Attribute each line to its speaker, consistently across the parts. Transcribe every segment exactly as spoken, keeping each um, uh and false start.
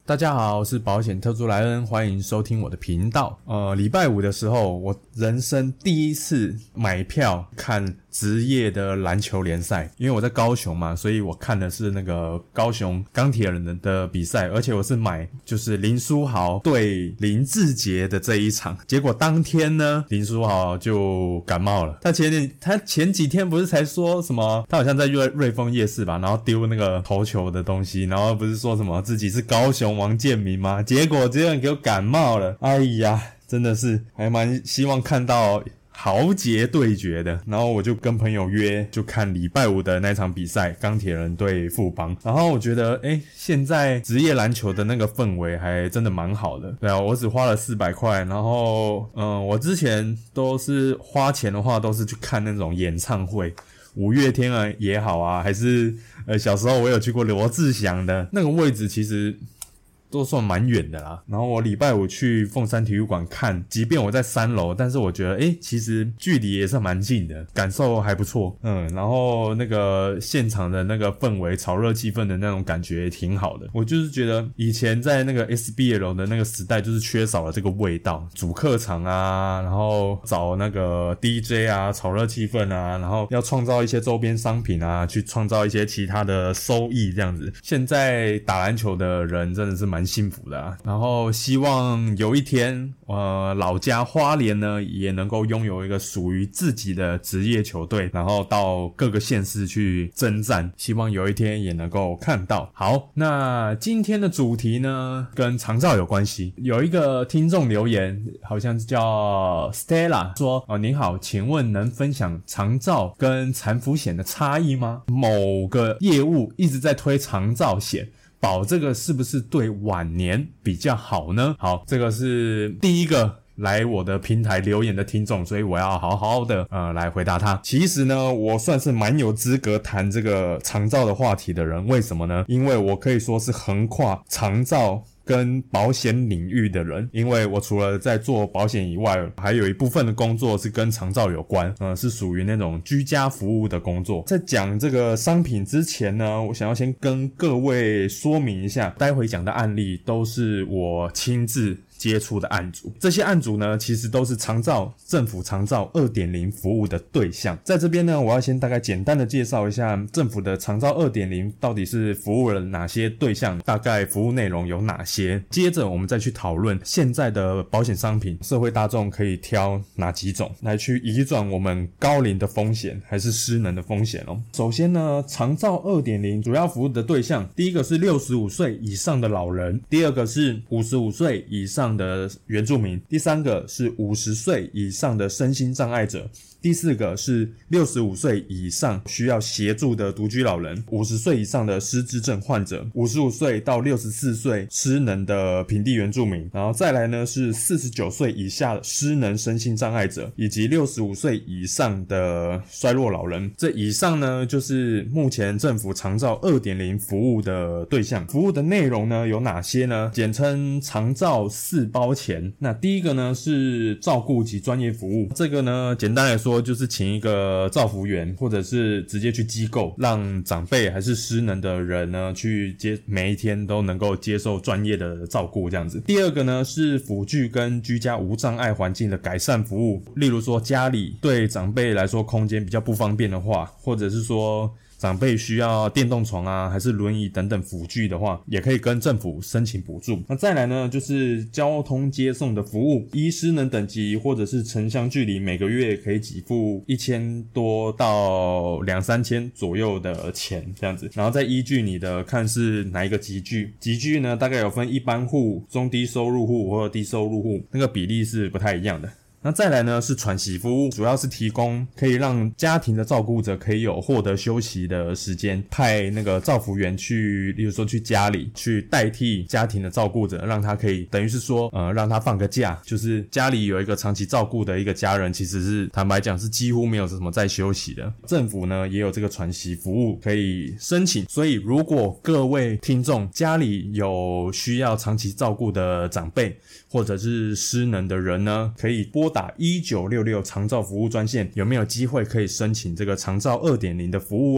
Speaker 1: 大家好，我是保险特助莱恩，欢迎收听我的频道。呃，礼拜五的时候，我人生第一次买票看职业的篮球联赛，因为我在高雄嘛，所以我看的是那个高雄钢铁人的比赛，而且我是买就是林书豪对林志杰的这一场。结果当天呢，林书豪就感冒了。他前他前几天不是才说什么，他好像在瑞瑞丰夜市吧，然后丢那个投球的东西，然后不是说什么自己是高雄王建民吗？结果这样给我感冒了。哎呀，真的是还蛮希望看到豪杰对决的。然后我就跟朋友约就看礼拜五的那场比赛，钢铁人对富邦。然后我觉得诶现在职业篮球的那个氛围还真的蛮好的。对啊，我只花了四百块，然后嗯，我之前都是花钱的话都是去看那种演唱会，五月天啊也好啊，还是呃小时候我有去过罗志祥的那个位置，其实都算蛮远的啦。然后我礼拜五去凤山体育馆看，即便我在三楼，但是我觉得诶其实距离也是蛮近的，感受还不错。嗯，然后那个现场的那个氛围，炒热气氛的那种感觉也挺好的。我就是觉得以前在那个 S B L 的那个时代，就是缺少了这个味道，主客场啊，然后找那个 D J 啊，炒热气氛啊，然后要创造一些周边商品啊，去创造一些其他的收益这样子。现在打篮球的人真的是蛮幸福的啊。然后希望有一天呃老家花莲呢也能够拥有一个属于自己的职业球队，然后到各个县市去征战，希望有一天也能够看到。好，那今天的主题呢跟长照有关系。有一个听众留言，好像是叫 Stella 说哦，您好，请问能分享长照跟残扶险的差异吗？某个业务一直在推长照险，保这个是不是对晚年比较好呢？好，这个是第一个来我的平台留言的听众，所以我要好好的呃来回答他。其实呢，我算是蛮有资格谈这个长照的话题的人。为什么呢？因为我可以说是横跨长照跟保险领域的人，因为我除了在做保险以外，还有一部分的工作是跟长照有关，呃，是属于那种居家服务的工作。在讲这个商品之前呢，我想要先跟各位说明一下，待会讲的案例都是我亲自接触的案主，这些案主呢其实都是长照政府长照 二点零 服务的对象。在这边呢，我要先大概简单的介绍一下政府的长照 二点零 到底是服务了哪些对象，大概服务内容有哪些，接着我们再去讨论现在的保险商品社会大众可以挑哪几种来去移转我们高龄的风险还是失能的风险哦。首先呢，长照 二点零 主要服务的对象，第一个是六十五岁以上的老人，第二个是五十五岁以上的原住民，第三个是五十岁以上的身心障碍者，第四个是六十五岁以上需要协助的独居老人，五十岁以上的失智症患者，五十五岁到六十四岁失能的平地原住民，然后再来呢是四十九岁以下失能身心障碍者，以及六十五岁以上的衰弱老人。这以上呢就是目前政府长照 二点零 服务的对象。服务的内容呢有哪些呢？简称长照四包钱。那第一个呢是照顾及专业服务，这个呢简单来说就是请一个照服员，或者是直接去机构，让长辈还是失能的人呢去接，每一天都能够接受专业的照顾这样子。第二个呢是辅具跟居家无障碍环境的改善服务，例如说家里对长辈来说空间比较不方便的话，或者是说长辈需要电动床啊还是轮椅等等辅具的话，也可以跟政府申请补助。那再来呢就是交通接送的服务，依失能等级或者是城乡距离，每个月可以给付一千多到两三千左右的钱这样子，然后再依据你的看是哪一个集聚，集聚呢大概有分一般户、中低收入户或者低收入户，那个比例是不太一样的。那再来呢是喘息服务，主要是提供可以让家庭的照顾者可以有获得休息的时间，派那个照服员去，例如说去家里去代替家庭的照顾者，让他可以等于是说呃让他放个假，就是家里有一个长期照顾的一个家人，其实是坦白讲是几乎没有什么在休息的。政府呢也有这个喘息服务可以申请，所以如果各位听众家里有需要长期照顾的长辈或者是失能的人呢，可以拨打一九六六长照服务专线，有没有机会可以申请这个长照 二点零 的服务哦。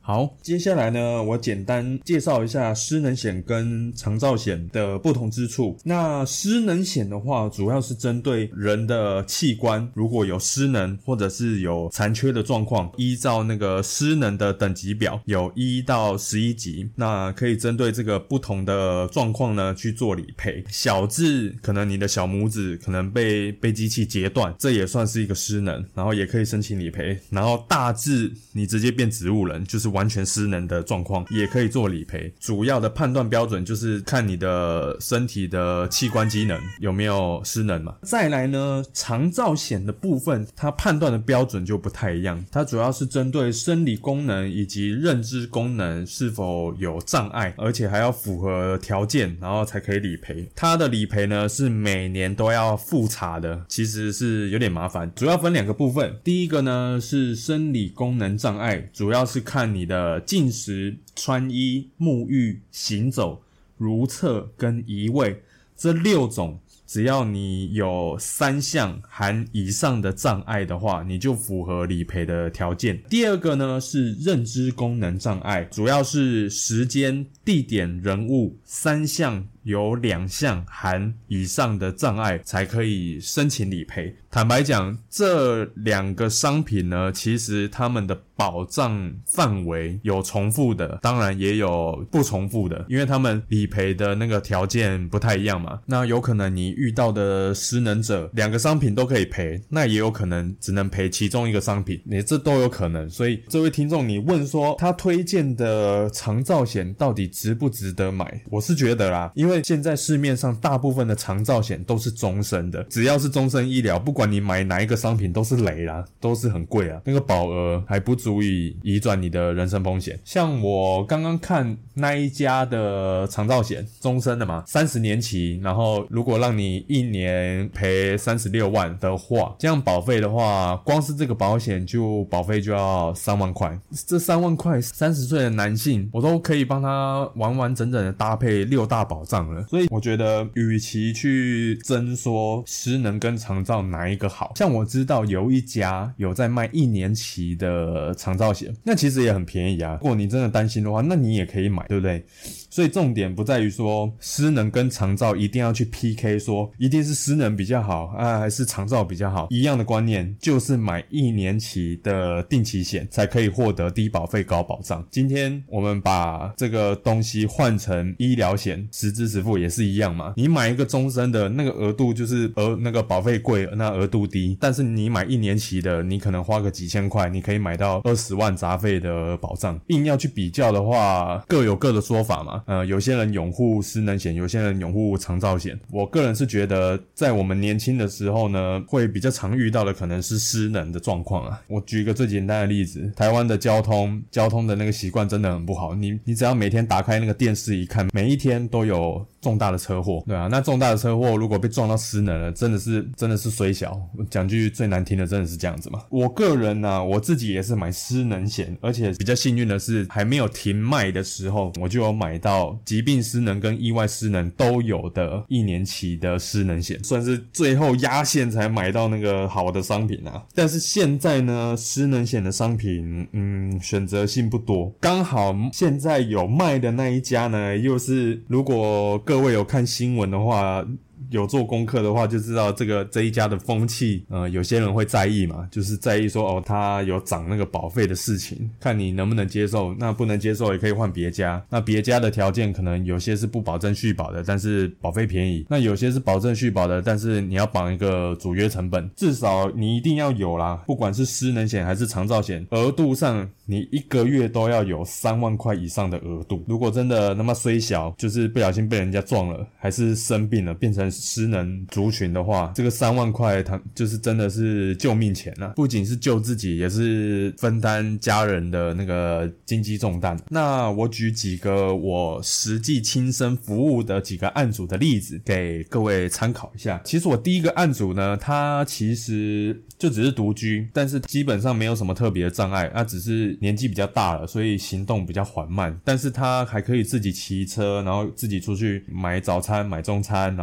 Speaker 1: 好，接下来呢，我简单介绍一下失能险跟长照险的不同之处。那失能险的话，主要是针对人的器官如果有失能或者是有残缺的状况，依照那个失能的等级表有一到十一级，那可以针对这个不同的状况呢去做理赔。小至可能你的小拇指可能被被机器截断，这也算是一个失能，然后也可以申请理赔。然后大至你直接变植物人，就是完全失能的状况，也可以做理赔。主要的判断标准就是看你的身体的器官机能有没有失能嘛。再来呢，长照险的部分，它判断的标准就不太一样，它主要是针对生理功能以及认知功能是否有障碍，而且还要符合条件，然后才可以理赔。它的理赔呢是每年都要复查的，其实是有点麻烦。主要分两个部分，第一个呢是生理功能障碍，主要是看你的进食、穿衣、沐浴、行走、如厕跟移位这六种，只要你有三项含以上的障碍的话，你就符合理赔的条件。第二个呢是认知功能障碍，主要是时间、地点、人物三项有两项含以上的障碍才可以申请理赔。坦白讲，这两个商品呢，其实他们的保障范围有重复的，当然也有不重复的，因为他们理赔的那个条件不太一样嘛。那有可能你遇到的失能者两个商品都可以赔，那也有可能只能赔其中一个商品，你这都有可能。所以这位听众你问说他推荐的长照险到底值不值得买，我是觉得啦，因为现在市面上大部分的长照险都是终身的，只要是终身医疗，不管你买哪一个商品都是雷啦，都是很贵啊，那个保额还不足以移转你的人身风险。像我刚刚看那一家的长照险，终身的嘛，三十年期，然后如果让你一年赔三十六万的话，这样保费的话，光是这个保险就保费就要三万块。这三万块三十岁的男性我都可以帮他完完整整的搭配六大保障了。所以我觉得与其去争说失能跟长照哪一个好，像我知道有一家有在卖一年期的长照险，那其实也很便宜啊，如果你真的担心的话，那你也可以买，对不对？所以重点不在于说失能跟长照一定要去 P K 说一定是失能比较好啊，还是长照比较好，一样的观念就是买一年期的定期险才可以获得低保费高保障。今天我们把这个东西换成医疗险，实支实付也是一样嘛，你买一个终身的那个额度就是额那个保费贵，那额度低，但是你买一年期的，你可能花个几千块，你可以买到二十万杂费的保障。硬要去比较的话，各有各的说法嘛。呃，有些人拥护失能险，有些人拥护长照险。我个人是觉得，在我们年轻的时候呢，会比较常遇到的可能是失能的状况啊。我举一个最简单的例子，台湾的交通，交通的那个习惯真的很不好。你你只要每天打开那个电视一看，每一天都有重大的车祸，对啊，那重大的车祸如果被撞到失能了，真的是真的是衰小。讲句最难听的，真的是这样子嘛。我个人啊，我自己也是买失能险，而且比较幸运的是，还没有停卖的时候，我就有买到疾病失能跟意外失能都有的一年期的失能险，算是最后压线才买到那个好的商品啊。但是现在呢，失能险的商品，嗯，选择性不多。刚好现在有卖的那一家呢，又是如果各位有看新闻的话，有做功课的话就知道这个这一家的风气，呃，有些人会在意嘛，就是在意说哦，他有涨那个保费的事情，看你能不能接受。那不能接受也可以换别家，那别家的条件可能有些是不保证续保的，但是保费便宜，那有些是保证续保的，但是你要绑一个主约成本，至少你一定要有啦，不管是失能险还是长照险，额度上你一个月都要有三万块以上的额度。如果真的那么虽小，就是不小心被人家撞了，还是生病了变成失能族群的话，这个三万块它就是真的是救命钱啊，不仅是救自己，也是分担家人的那个经济重担。那我举几个我实际亲身服务的几个案主的例子给各位参考一下。其实我第一个案主呢，他其实就只是独居，但是基本上没有什么特别的障碍，他只是年纪比较大了，所以行动比较缓慢，但是他还可以自己骑车，然后自己出去买早餐买中餐，然后自己去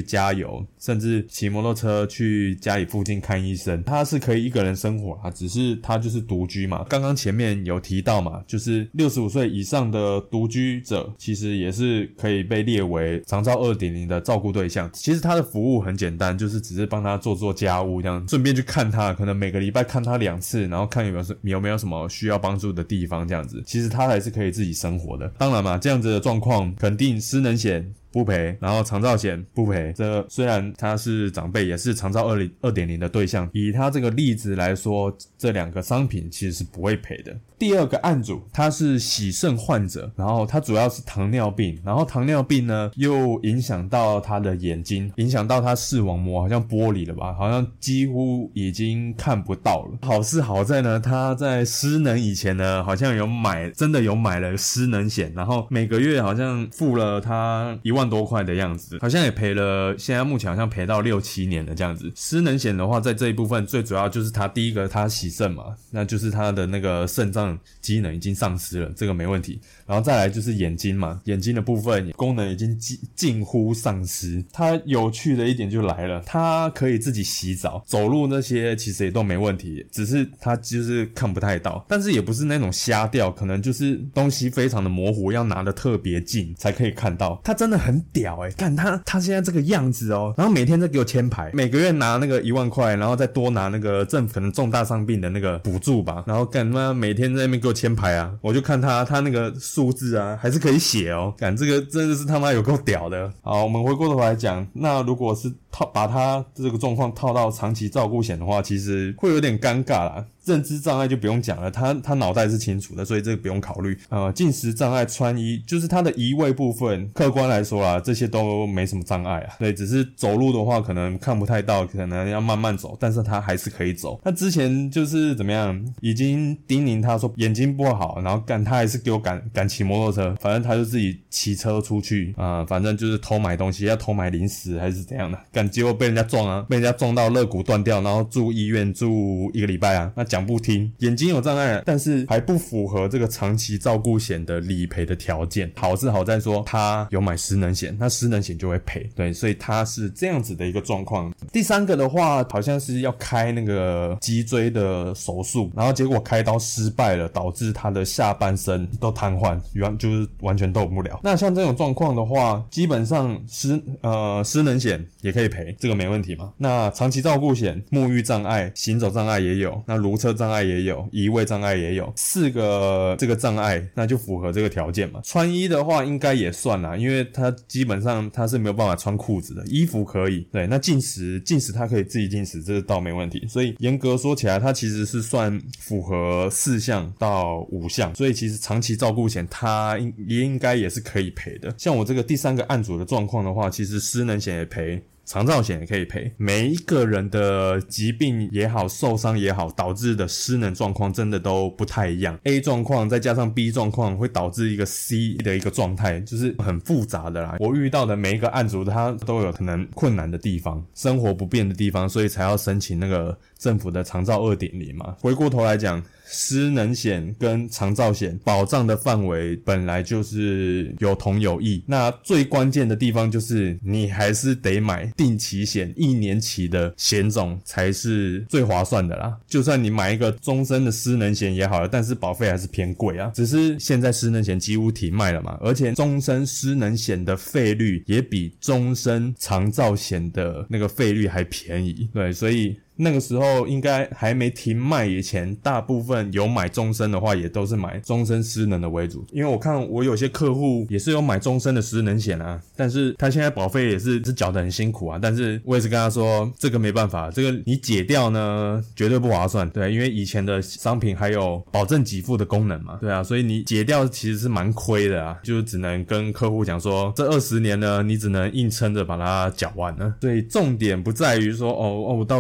Speaker 1: 去加油，甚至骑摩托车去家里附近看医生，他是可以一个人生活啊，只是他就是独居嘛。刚刚前面有提到嘛，就是六十五岁以上的独居者其实也是可以被列为长照 二点零 的照顾对象。其实他的服务很简单，就是只是帮他做做家务这样，顺便去看他，可能每个礼拜看他两次，然后看有没有有没有什么需要帮助的地方这样子，其实他还是可以自己生活的。当然嘛，这样子的状况肯定失能险不赔，然后长照险不赔，这虽然他是长辈，也是长照 二点零 的对象，以他这个例子来说，这两个商品其实是不会赔的。第二个案主他是洗肾患者，然后他主要是糖尿病，然后糖尿病呢又影响到他的眼睛，影响到他视网膜好像剥离了吧，好像几乎已经看不到了。好是好在呢，他在失能以前呢好像有买，真的有买了失能险，然后每个月好像付了他一万多块的样子，好像也赔了，现在目前好像赔到六七年了这样子。失能险的话，在这一部分最主要就是他第一个他洗肾嘛，那就是他的那个肾脏机能已经丧失了，这个没问题。然后再来就是眼睛嘛，眼睛的部分功能已经近乎丧失。它有趣的一点就来了，它可以自己洗澡，走路那些其实也都没问题，只是它就是看不太到，但是也不是那种瞎掉，可能就是东西非常的模糊，要拿得特别近才可以看到。它真的很屌欸，干他他现在这个样子哦，然后每天在给我签牌，每个月拿那个一万块，然后再多拿那个政府可能重大伤病的那个补助吧，然后干他每天在那边给我签牌啊，我就看他他那个数字啊还是可以写哦，干这个真的是他妈有够屌的。好，我们回过头来讲，那如果是套把他这个状况套到长期照顾险的话，其实会有点尴尬啦。认知障碍就不用讲了，他他脑袋是清楚的，所以这个不用考虑。呃，进食障碍、穿衣，就是他的移位部分，客观来说啦，这些都没什么障碍啊。对，只是走路的话可能看不太到，可能要慢慢走，但是他还是可以走。他之前就是怎么样，已经叮咛他说眼睛不好，然后干他还是给我赶赶骑摩托车，反正他就自己骑车出去啊、呃，反正就是偷买东西，要偷买零食还是怎样的，干结果被人家撞啊，被人家撞到肋骨断掉，然后住医院住一个礼拜啊。那讲不听，眼睛有障碍，但是还不符合这个长期照顾险的理赔的条件。好是好在说他有买失能险，那失能险就会赔，对，所以他是这样子的一个状况。第三个的话，好像是要开那个脊椎的手术，然后结果开刀失败了，导致他的下半身都瘫痪，就是完全动不了。那像这种状况的话，基本上失呃失能险也可以赔，这个没问题嘛。那长期照顾险，沐浴障碍、行走障碍也有，那如车障碍也有，移位障碍也有，四个这个障碍，那就符合这个条件嘛。穿衣的话应该也算啦，因为他基本上他是没有办法穿裤子的，衣服可以。对，那进食进食他可以自己进食，这个倒没问题。所以严格说起来，他其实是算符合四项到五项，所以其实长期照顾险他也应该也是可以赔的。像我这个第三个案主的状况的话，其实失能险也赔，长照险也可以赔。每一个人的疾病也好，受伤也好，导致的失能状况真的都不太一样。 A 状况再加上 B 状况会导致一个 C 的一个状态，就是很复杂的啦。我遇到的每一个案主他都有可能困难的地方，生活不便的地方，所以才要申请那个政府的长照 二点零 嘛。回过头来讲，失能险跟长照险保障的范围本来就是有同有异，那最关键的地方就是你还是得买定期险，一年期的险种才是最划算的啦。就算你买一个终身的失能险也好了，但是保费还是偏贵啊。只是现在失能险几乎停卖了嘛，而且终身失能险的费率也比终身长照险的那个费率还便宜。对，所以那个时候应该还没停卖以前，大部分有买终身的话也都是买终身失能的为主。因为我看我有些客户也是有买终身的失能险啊，但是他现在保费也是是缴得很辛苦啊，但是我也是跟他说这个没办法，这个你解掉呢绝对不划算。对，因为以前的商品还有保证给付的功能嘛，对啊，所以你解掉其实是蛮亏的啊，就只能跟客户讲说这二十年呢你只能硬撑着把它缴完了。所以重点不在于说哦哦我到底要买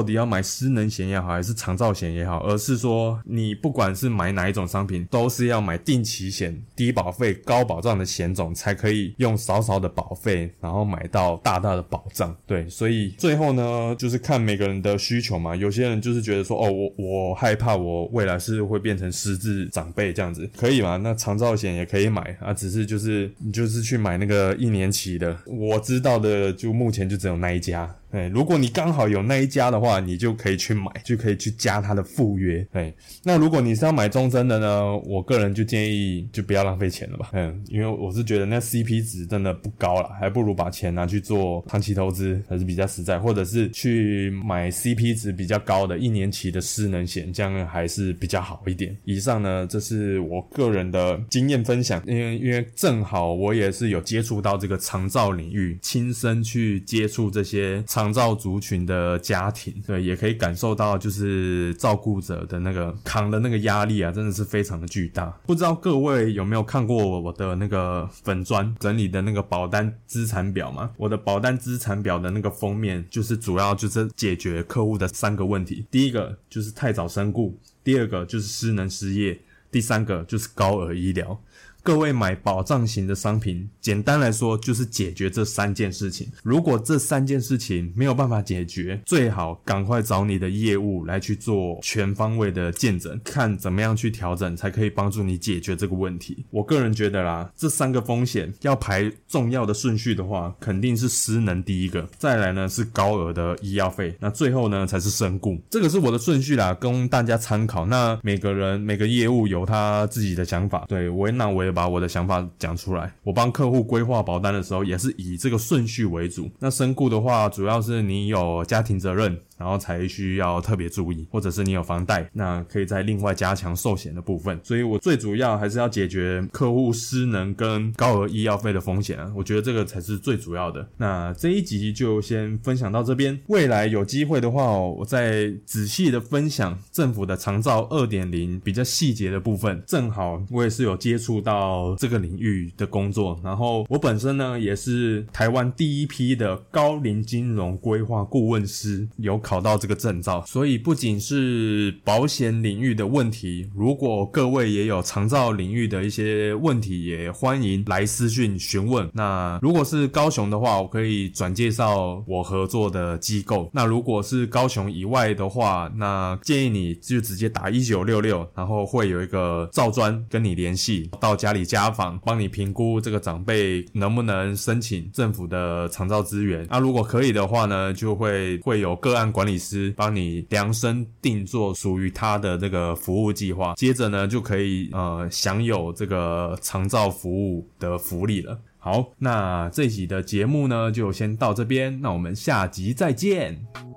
Speaker 1: 失能险也好，还是长照险也好，而是说你不管是买哪一种商品，都是要买定期险、低保费、高保障的险种，才可以用少少的保费，然后买到大大的保障。对，所以最后呢，就是看每个人的需求嘛。有些人就是觉得说，哦，我我害怕我未来是会变成失智长辈这样子，可以嘛？那长照险也可以买啊，只是就是你就是去买那个一年期的。我知道的就目前就只有那一家。对，如果你刚好有那一家的话，你就可以去买，就可以去加它的附约。对，那如果你是要买终身的呢，我个人就建议就不要浪费钱了吧。嗯，因为我是觉得那 C P 值真的不高啦，还不如把钱拿去做长期投资还是比较实在，或者是去买 C P 值比较高的一年期的失能险，这样还是比较好一点。以上呢，这是我个人的经验分享，因为因为正好我也是有接触到这个长照领域，亲身去接触这些长长照族群的家庭，对，也可以感受到就是照顾者的那个扛的那个压力啊，真的是非常的巨大。不知道各位有没有看过我的那个粉专整理的那个保单资产表吗？我的保单资产表的那个封面就是主要就是解决客户的三个问题，第一个就是太早身故，第二个就是失能失业，第三个就是高额医疗。各位买保障型的商品，简单来说就是解决这三件事情。如果这三件事情没有办法解决，最好赶快找你的业务来去做全方位的见诊，看怎么样去调整才可以帮助你解决这个问题。我个人觉得啦，这三个风险要排重要的顺序的话，肯定是失能第一个，再来呢是高额的医药费，那最后呢才是身故。这个是我的顺序啦，供大家参考。那每个人每个业务有他自己的想法，对，我那我也把我的想法讲出来。我帮客户规划保单的时候也是以这个顺序为主。那身故的话，主要是你有家庭责任，然后才需要特别注意，或者是你有房贷，那可以再另外加强寿险的部分。所以我最主要还是要解决客户失能跟高额医药费的风险啊，我觉得这个才是最主要的。那这一集就先分享到这边，未来有机会的话哦，我再仔细的分享政府的长照 二点零 比较细节的部分。正好我也是有接触到这个领域的工作，然后我本身呢也是台湾第一批的高龄金融规划顾问师，有考到这个证照，所以不仅是保险领域的问题，如果各位也有长照领域的一些问题，也欢迎来私讯询问。那如果是高雄的话，我可以转介绍我合作的机构，那如果是高雄以外的话，那建议你就直接打一九六六，然后会有一个照专跟你联系，到家里家访帮你评估这个长辈能不能申请政府的长照资源。那如果可以的话呢，就会会有个案管理师帮你量身定做属于他的这个服务计划，接着呢就可以呃享有这个长照服务的福利了。好，那这一集的节目呢就先到这边，那我们下集再见。